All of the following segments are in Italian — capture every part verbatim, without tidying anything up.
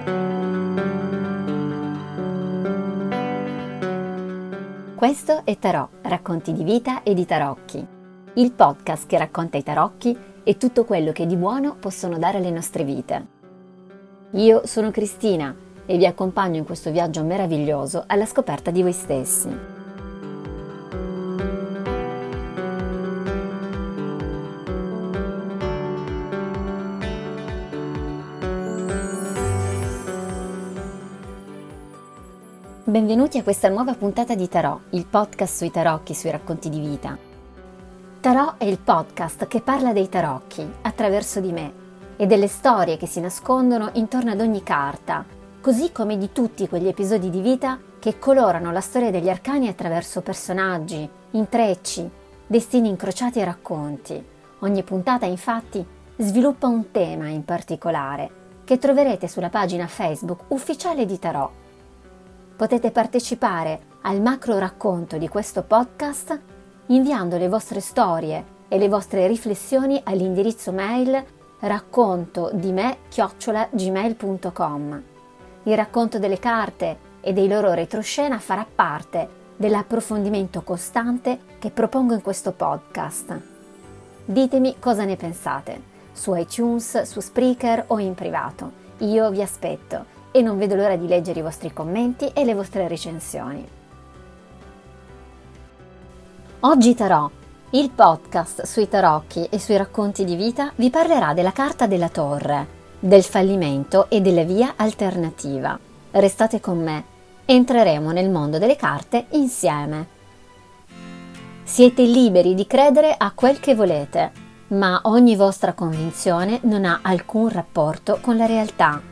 Questo è Tarò, racconti di vita e di tarocchi, il podcast che racconta i tarocchi e tutto quello che di buono possono dare alle nostre vite. Io sono Cristina e vi accompagno in questo viaggio meraviglioso alla scoperta di voi stessi. Benvenuti a questa nuova puntata di Tarò, il podcast sui tarocchi, sui racconti di vita. Tarò è il podcast che parla dei tarocchi attraverso di me e delle storie che si nascondono intorno ad ogni carta, così come di tutti quegli episodi di vita che colorano la storia degli arcani attraverso personaggi, intrecci, destini incrociati e racconti. Ogni puntata, infatti, sviluppa un tema in particolare che troverete sulla pagina Facebook ufficiale di Tarò. Potete partecipare al macro racconto di questo podcast inviando le vostre storie e le vostre riflessioni all'indirizzo mail raccontodime chiocciola gmail punto com. Il racconto delle carte e dei loro retroscena farà parte dell'approfondimento costante che propongo in questo podcast. Ditemi cosa ne pensate, su iTunes, su Spreaker o in privato. Io vi aspetto e non vedo l'ora di leggere i vostri commenti e le vostre recensioni. Oggi Tarò, il podcast sui tarocchi e sui racconti di vita, vi parlerà della carta della torre, del fallimento e della via alternativa. Restate con me, entreremo nel mondo delle carte insieme. Siete liberi di credere a quel che volete, ma ogni vostra convinzione non ha alcun rapporto con la realtà.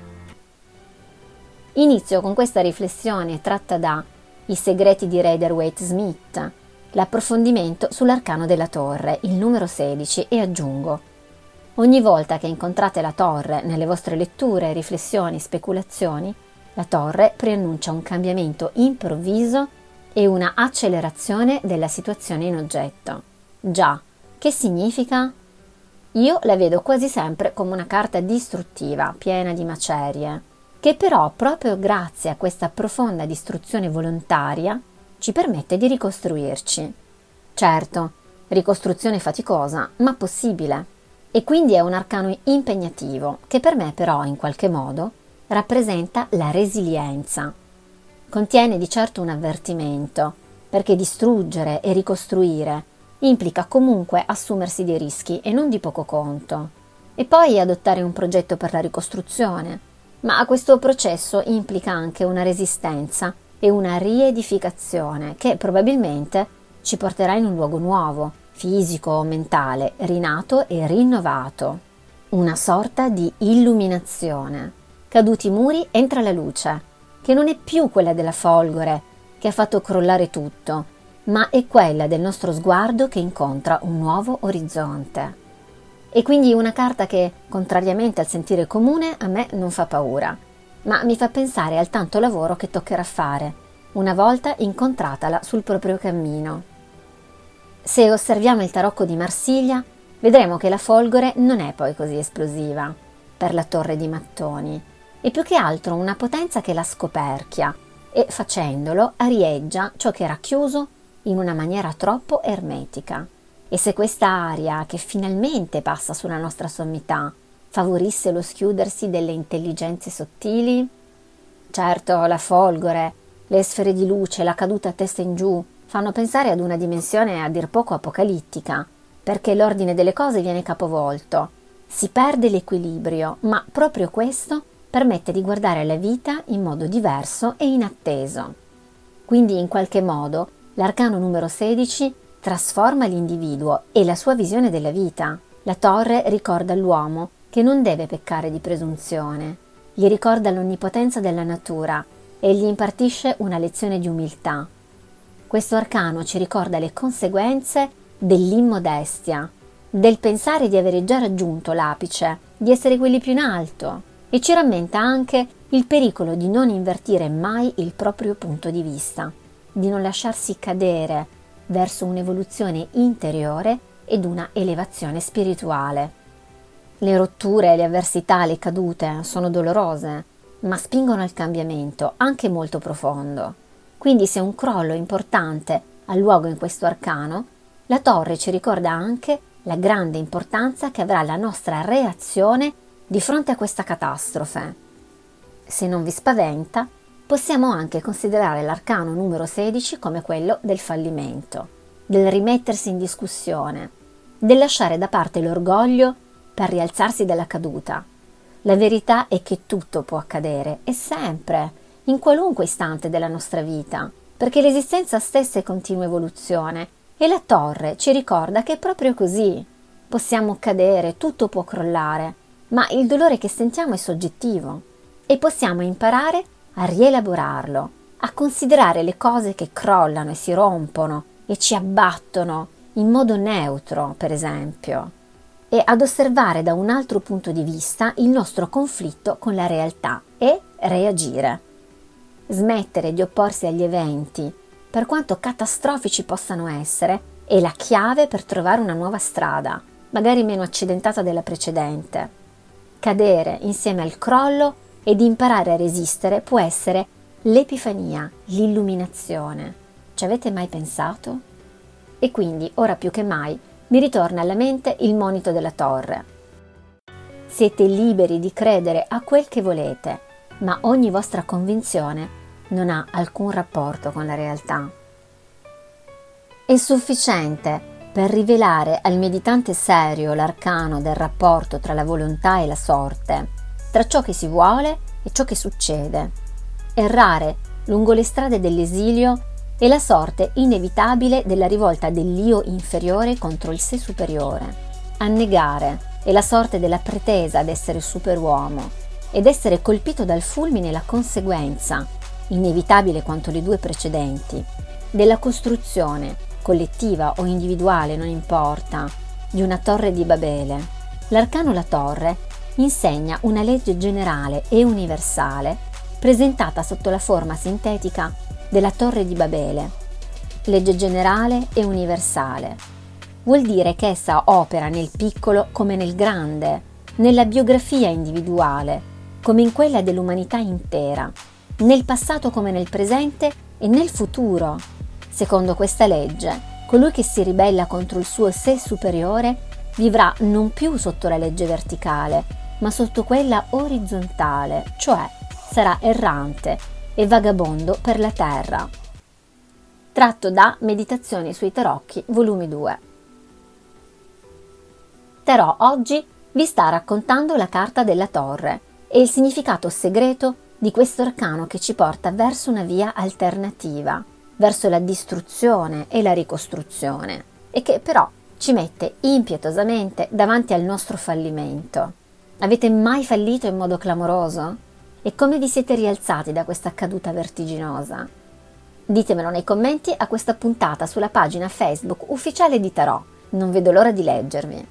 Inizio con questa riflessione tratta da I segreti di Rider-Waite-Smith, l'approfondimento sull'arcano della torre, il numero sedici, e aggiungo: ogni volta che incontrate la torre nelle vostre letture, riflessioni, speculazioni, la torre preannuncia un cambiamento improvviso e una accelerazione della situazione in oggetto. Già, che significa? Io la vedo quasi sempre come una carta distruttiva, piena di macerie, che però proprio grazie a questa profonda distruzione volontaria ci permette di ricostruirci. Certo, ricostruzione faticosa, ma possibile. E quindi è un arcano impegnativo, che per me però in qualche modo rappresenta la resilienza. Contiene di certo un avvertimento, perché distruggere e ricostruire implica comunque assumersi dei rischi e non di poco conto. E poi adottare un progetto per la ricostruzione, ma questo processo implica anche una resistenza e una riedificazione che probabilmente ci porterà in un luogo nuovo, fisico o mentale, rinato e rinnovato. Una sorta di illuminazione. Caduti i muri, entra la luce, che non è più quella della folgore che ha fatto crollare tutto, ma è quella del nostro sguardo che incontra un nuovo orizzonte. E quindi una carta che, contrariamente al sentire comune, a me non fa paura, ma mi fa pensare al tanto lavoro che toccherà fare, una volta incontratala sul proprio cammino. Se osserviamo il tarocco di Marsiglia, vedremo che la folgore non è poi così esplosiva per la torre di mattoni, è più che altro una potenza che la scoperchia e, facendolo, arieggia ciò che era chiuso in una maniera troppo ermetica. E se questa aria, che finalmente passa sulla nostra sommità, favorisse lo schiudersi delle intelligenze sottili? Certo, la folgore, le sfere di luce, la caduta a testa in giù fanno pensare ad una dimensione a dir poco apocalittica, perché l'ordine delle cose viene capovolto, si perde l'equilibrio, ma proprio questo permette di guardare la vita in modo diverso e inatteso. Quindi, in qualche modo, l'arcano numero sedici trasforma l'individuo e la sua visione della vita. La torre ricorda all'uomo che non deve peccare di presunzione, gli ricorda l'onnipotenza della natura e gli impartisce una lezione di umiltà. Questo arcano ci ricorda le conseguenze dell'immodestia, del pensare di avere già raggiunto l'apice, di essere quelli più in alto, e ci rammenta anche il pericolo di non invertire mai il proprio punto di vista, di non lasciarsi cadere verso un'evoluzione interiore ed una elevazione spirituale. Le rotture, le avversità, le cadute sono dolorose, ma spingono al cambiamento, anche molto profondo. Quindi se un crollo importante ha luogo in questo arcano, la torre ci ricorda anche la grande importanza che avrà la nostra reazione di fronte a questa catastrofe. Se non vi spaventa, possiamo anche considerare l'arcano numero sedici come quello del fallimento, del rimettersi in discussione, del lasciare da parte l'orgoglio per rialzarsi dalla caduta. La verità è che tutto può accadere, e sempre, in qualunque istante della nostra vita, perché l'esistenza stessa è continua evoluzione, e la torre ci ricorda che è proprio così. Possiamo cadere, tutto può crollare, ma il dolore che sentiamo è soggettivo, e possiamo imparare a rielaborarlo, a considerare le cose che crollano e si rompono e ci abbattono in modo neutro, per esempio, e ad osservare da un altro punto di vista il nostro conflitto con la realtà e reagire. Smettere di opporsi agli eventi, per quanto catastrofici possano essere, è la chiave per trovare una nuova strada, magari meno accidentata della precedente. Cadere insieme al crollo ed imparare a resistere può essere l'epifania, l'illuminazione. Ci avete mai pensato? E quindi, ora più che mai, mi ritorna alla mente il monito della torre. Siete liberi di credere a quel che volete, ma ogni vostra convinzione non ha alcun rapporto con la realtà. È sufficiente per rivelare al meditante serio l'arcano del rapporto tra la volontà e la sorte, tra ciò che si vuole e ciò che succede. Errare lungo le strade dell'esilio è la sorte inevitabile della rivolta dell'io inferiore contro il sé superiore. Annegare è la sorte della pretesa ad essere superuomo, ed essere colpito dal fulmine è la conseguenza, inevitabile quanto le due precedenti, della costruzione, collettiva o individuale non importa, di una torre di Babele. L'arcano La Torre insegna una legge generale e universale presentata sotto la forma sintetica della Torre di Babele. Legge generale e universale vuol dire che essa opera nel piccolo come nel grande, nella biografia individuale come in quella dell'umanità intera, nel passato come nel presente e nel futuro. Secondo questa legge, colui che si ribella contro il suo sé superiore vivrà non più sotto la legge verticale, ma sotto quella orizzontale, cioè sarà errante e vagabondo per la terra. Tratto da Meditazioni sui tarocchi, volumi due. Tarot oggi vi sta raccontando la carta della torre e il significato segreto di questo arcano che ci porta verso una via alternativa, verso la distruzione e la ricostruzione, e che però ci mette impietosamente davanti al nostro fallimento. Avete mai fallito in modo clamoroso? E come vi siete rialzati da questa caduta vertiginosa? Ditemelo nei commenti a questa puntata sulla pagina Facebook ufficiale di Tarot. Non vedo l'ora di leggervi.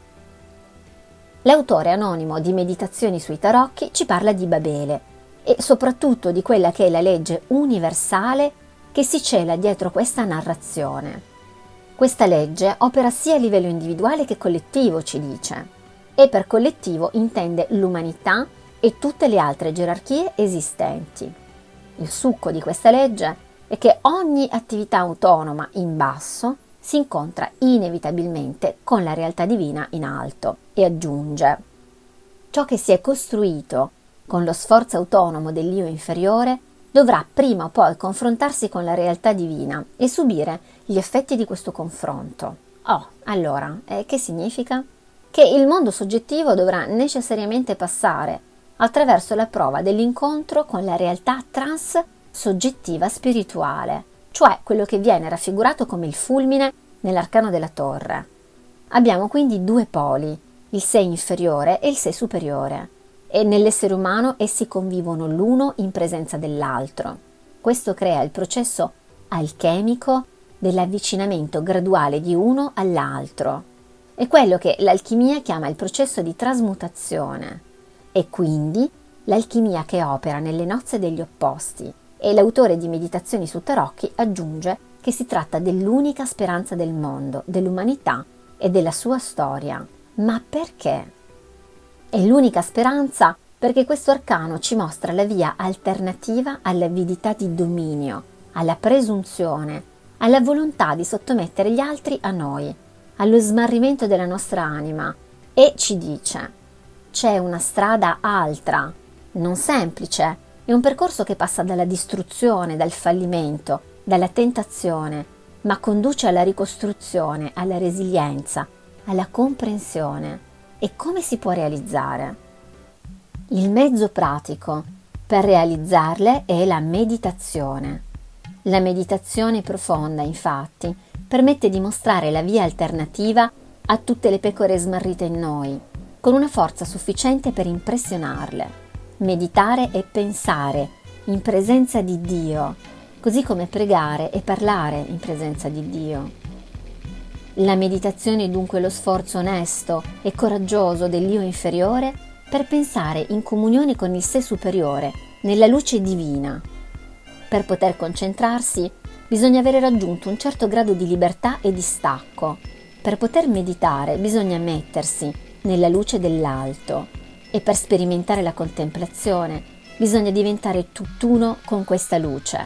L'autore anonimo di Meditazioni sui tarocchi ci parla di Babele e soprattutto di quella che è la legge universale che si cela dietro questa narrazione. Questa legge opera sia a livello individuale che collettivo, ci dice, e per collettivo intende l'umanità e tutte le altre gerarchie esistenti. Il succo di questa legge è che ogni attività autonoma in basso si incontra inevitabilmente con la realtà divina in alto, e aggiunge: ciò che si è costruito con lo sforzo autonomo dell'io inferiore dovrà prima o poi confrontarsi con la realtà divina e subire gli effetti di questo confronto. Oh, allora, eh, che significa? Che il mondo soggettivo dovrà necessariamente passare attraverso la prova dell'incontro con la realtà trans-soggettiva spirituale, cioè quello che viene raffigurato come il fulmine nell'arcano della torre. Abbiamo quindi due poli, il sé inferiore e il sé superiore, e nell'essere umano essi convivono l'uno in presenza dell'altro. Questo crea il processo alchemico dell'avvicinamento graduale di uno all'altro. È quello che l'alchimia chiama il processo di trasmutazione, e quindi l'alchimia che opera nelle nozze degli opposti. E l'autore di Meditazioni su tarocchi aggiunge che si tratta dell'unica speranza del mondo, dell'umanità e della sua storia. Ma perché? È l'unica speranza perché questo arcano ci mostra la via alternativa all'avidità di dominio, alla presunzione, alla volontà di sottomettere gli altri a noi, allo smarrimento della nostra anima, e ci dice: c'è una strada altra, non semplice, è un percorso che passa dalla distruzione, dal fallimento, dalla tentazione, ma conduce alla ricostruzione, alla resilienza, alla comprensione. E come si può realizzare? Il mezzo pratico per realizzarle è la meditazione. La meditazione profonda, infatti, permette di mostrare la via alternativa a tutte le pecore smarrite in noi, con una forza sufficiente per impressionarle. Meditare è pensare in presenza di Dio, così come pregare e parlare in presenza di Dio. La meditazione è dunque lo sforzo onesto e coraggioso dell'io inferiore per pensare in comunione con il sé superiore, nella luce divina. Per poter concentrarsi bisogna avere raggiunto un certo grado di libertà e di stacco. Per poter meditare bisogna mettersi nella luce dell'alto e per sperimentare la contemplazione bisogna diventare tutt'uno con questa luce.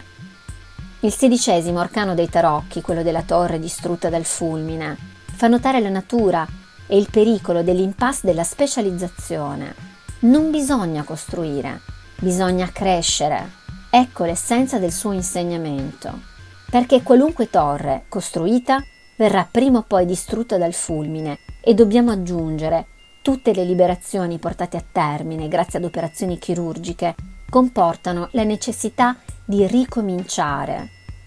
Il sedicesimo arcano dei tarocchi, quello della torre distrutta dal fulmine, fa notare la natura e il pericolo dell'impasse della specializzazione. Non bisogna costruire, bisogna crescere. Ecco l'essenza del suo insegnamento, perché qualunque torre costruita verrà prima o poi distrutta dal fulmine e dobbiamo aggiungere tutte le liberazioni portate a termine grazie ad operazioni chirurgiche comportano la necessità di ricominciare.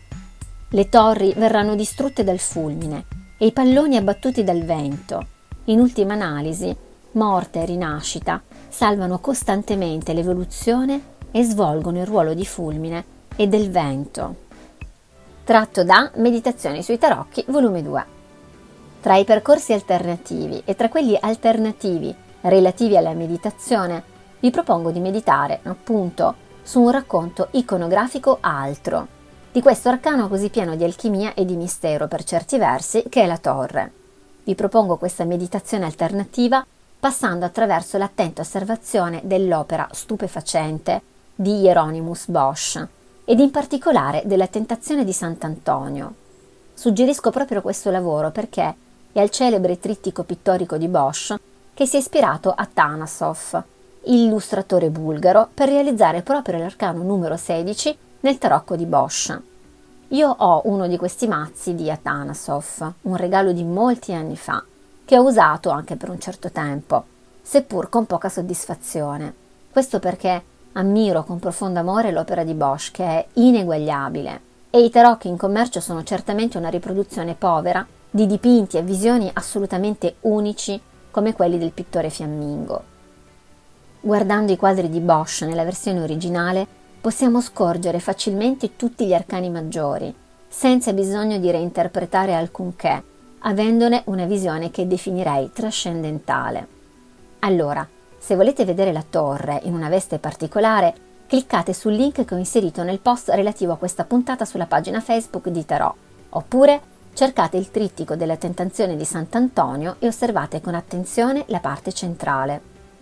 Le torri verranno distrutte dal fulmine e i palloni abbattuti dal vento. In ultima analisi, morte e rinascita salvano costantemente l'evoluzione e svolgono il ruolo di fulmine e del vento. Tratto da Meditazioni sui tarocchi, volume due. Tra i percorsi alternativi e tra quelli alternativi relativi alla meditazione, vi propongo di meditare, appunto, su un racconto iconografico altro, di questo arcano così pieno di alchimia e di mistero per certi versi che è la torre. Vi propongo questa meditazione alternativa passando attraverso l'attenta osservazione dell'opera stupefacente di Hieronymus Bosch ed in particolare della Tentazione di Sant'Antonio. Suggerisco proprio questo lavoro perché è al celebre trittico pittorico di Bosch che si è ispirato a Atanasov, illustratore bulgaro, per realizzare proprio l'arcano numero sedici nel tarocco di Bosch. Io ho uno di questi mazzi di Atanasov, un regalo di molti anni fa, che ho usato anche per un certo tempo, seppur con poca soddisfazione. Questo perché ammiro con profondo amore l'opera di Bosch, che è ineguagliabile, e i tarocchi in commercio sono certamente una riproduzione povera di dipinti e visioni assolutamente unici come quelli del pittore fiammingo. Guardando i quadri di Bosch nella versione originale, possiamo scorgere facilmente tutti gli arcani maggiori, senza bisogno di reinterpretare alcunché, avendone una visione che definirei trascendentale. Allora, se volete vedere la torre in una veste particolare, cliccate sul link che ho inserito nel post relativo a questa puntata sulla pagina Facebook di Tarot, oppure cercate il trittico della Tentazione di Sant'Antonio e osservate con attenzione la parte centrale.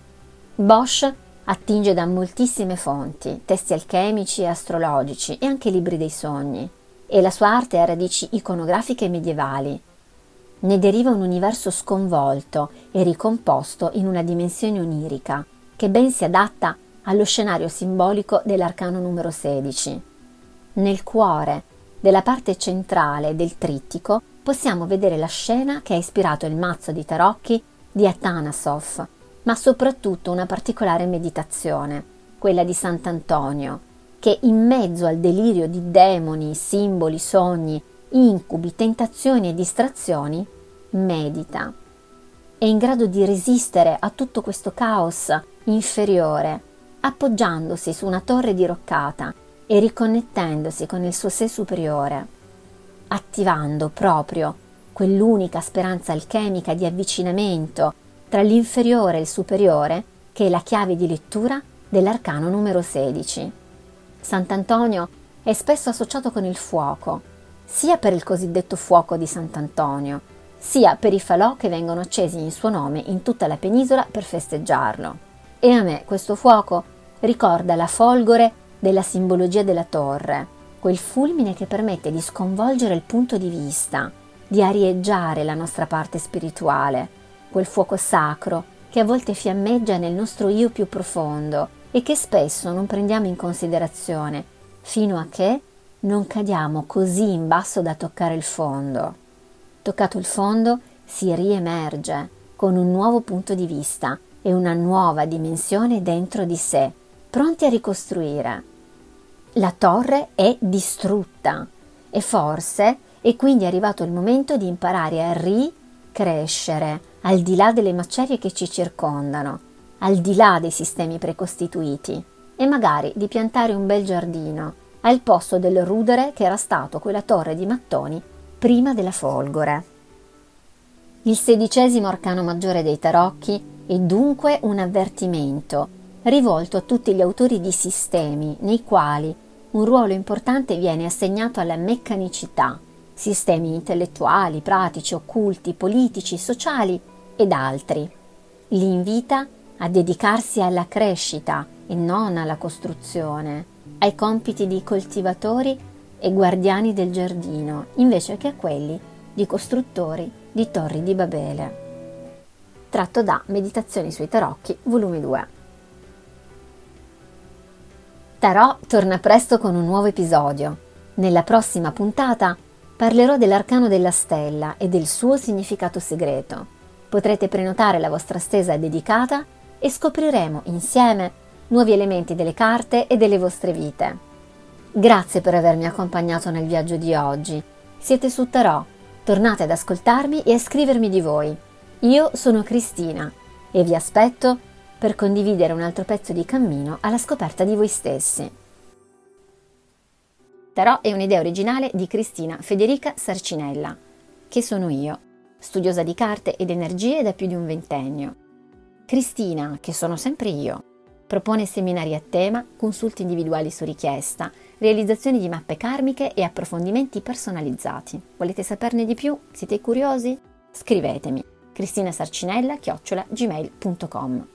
Bosch attinge da moltissime fonti, testi alchemici e astrologici e anche libri dei sogni, e la sua arte ha radici iconografiche medievali. Ne deriva un universo sconvolto e ricomposto in una dimensione onirica, che ben si adatta allo scenario simbolico dell'arcano numero sedici. Nel cuore della parte centrale del trittico possiamo vedere la scena che ha ispirato il mazzo di tarocchi di Atanasov, ma soprattutto una particolare meditazione, quella di Sant'Antonio, che in mezzo al delirio di demoni, simboli, sogni, incubi, tentazioni e distrazioni, medita. È in grado di resistere a tutto questo caos inferiore, appoggiandosi su una torre diroccata e riconnettendosi con il suo sé superiore, attivando proprio quell'unica speranza alchemica di avvicinamento tra l'inferiore e il superiore, che è la chiave di lettura dell'arcano numero sedici. Sant'Antonio è spesso associato con il fuoco, sia per il cosiddetto fuoco di Sant'Antonio, sia per i falò che vengono accesi in suo nome in tutta la penisola per festeggiarlo. e a me questo fuoco ricorda la folgore della simbologia della torre, quel fulmine che permette di sconvolgere il punto di vista, di arieggiare la nostra parte spirituale, quel fuoco sacro che a volte fiammeggia nel nostro io più profondo e che spesso non prendiamo in considerazione, fino a che non cadiamo così in basso da toccare il fondo. Toccato il fondo, si riemerge con un nuovo punto di vista e una nuova dimensione dentro di sé, pronti a ricostruire. La torre è distrutta e forse è quindi arrivato il momento di imparare a ricrescere al di là delle macerie che ci circondano, al di là dei sistemi precostituiti, e magari di piantare un bel giardino al posto del rudere che era stato quella torre di mattoni prima della folgore. Il sedicesimo arcano maggiore dei tarocchi è dunque un avvertimento rivolto a tutti gli autori di sistemi nei quali un ruolo importante viene assegnato alla meccanicità, sistemi intellettuali, pratici, occulti, politici, sociali ed altri. Li invita a dedicarsi alla crescita e non alla costruzione, ai compiti di coltivatori e guardiani del giardino, invece che a quelli di costruttori di torri di Babele. Tratto da Meditazioni sui tarocchi, volume due. Tarot torna presto con un nuovo episodio. Nella prossima puntata parlerò dell'arcano della stella e del suo significato segreto. Potrete prenotare la vostra stesa dedicata e scopriremo insieme nuovi elementi delle carte e delle vostre vite. Grazie per avermi accompagnato nel viaggio di oggi. Siete su Tarot. Tornate ad ascoltarmi e a scrivermi di voi. Io sono Cristina e vi aspetto per condividere un altro pezzo di cammino alla scoperta di voi stessi. Tarot è un'idea originale di Cristina Federica Sarcinella, che sono io, studiosa di carte ed energie da più di un ventennio. Cristina, che sono sempre io, propone seminari a tema, consulti individuali su richiesta, realizzazioni di mappe karmiche e approfondimenti personalizzati. Volete saperne di più? Siete curiosi? Scrivetemi cristinasarcinella chiocciola gmail punto com.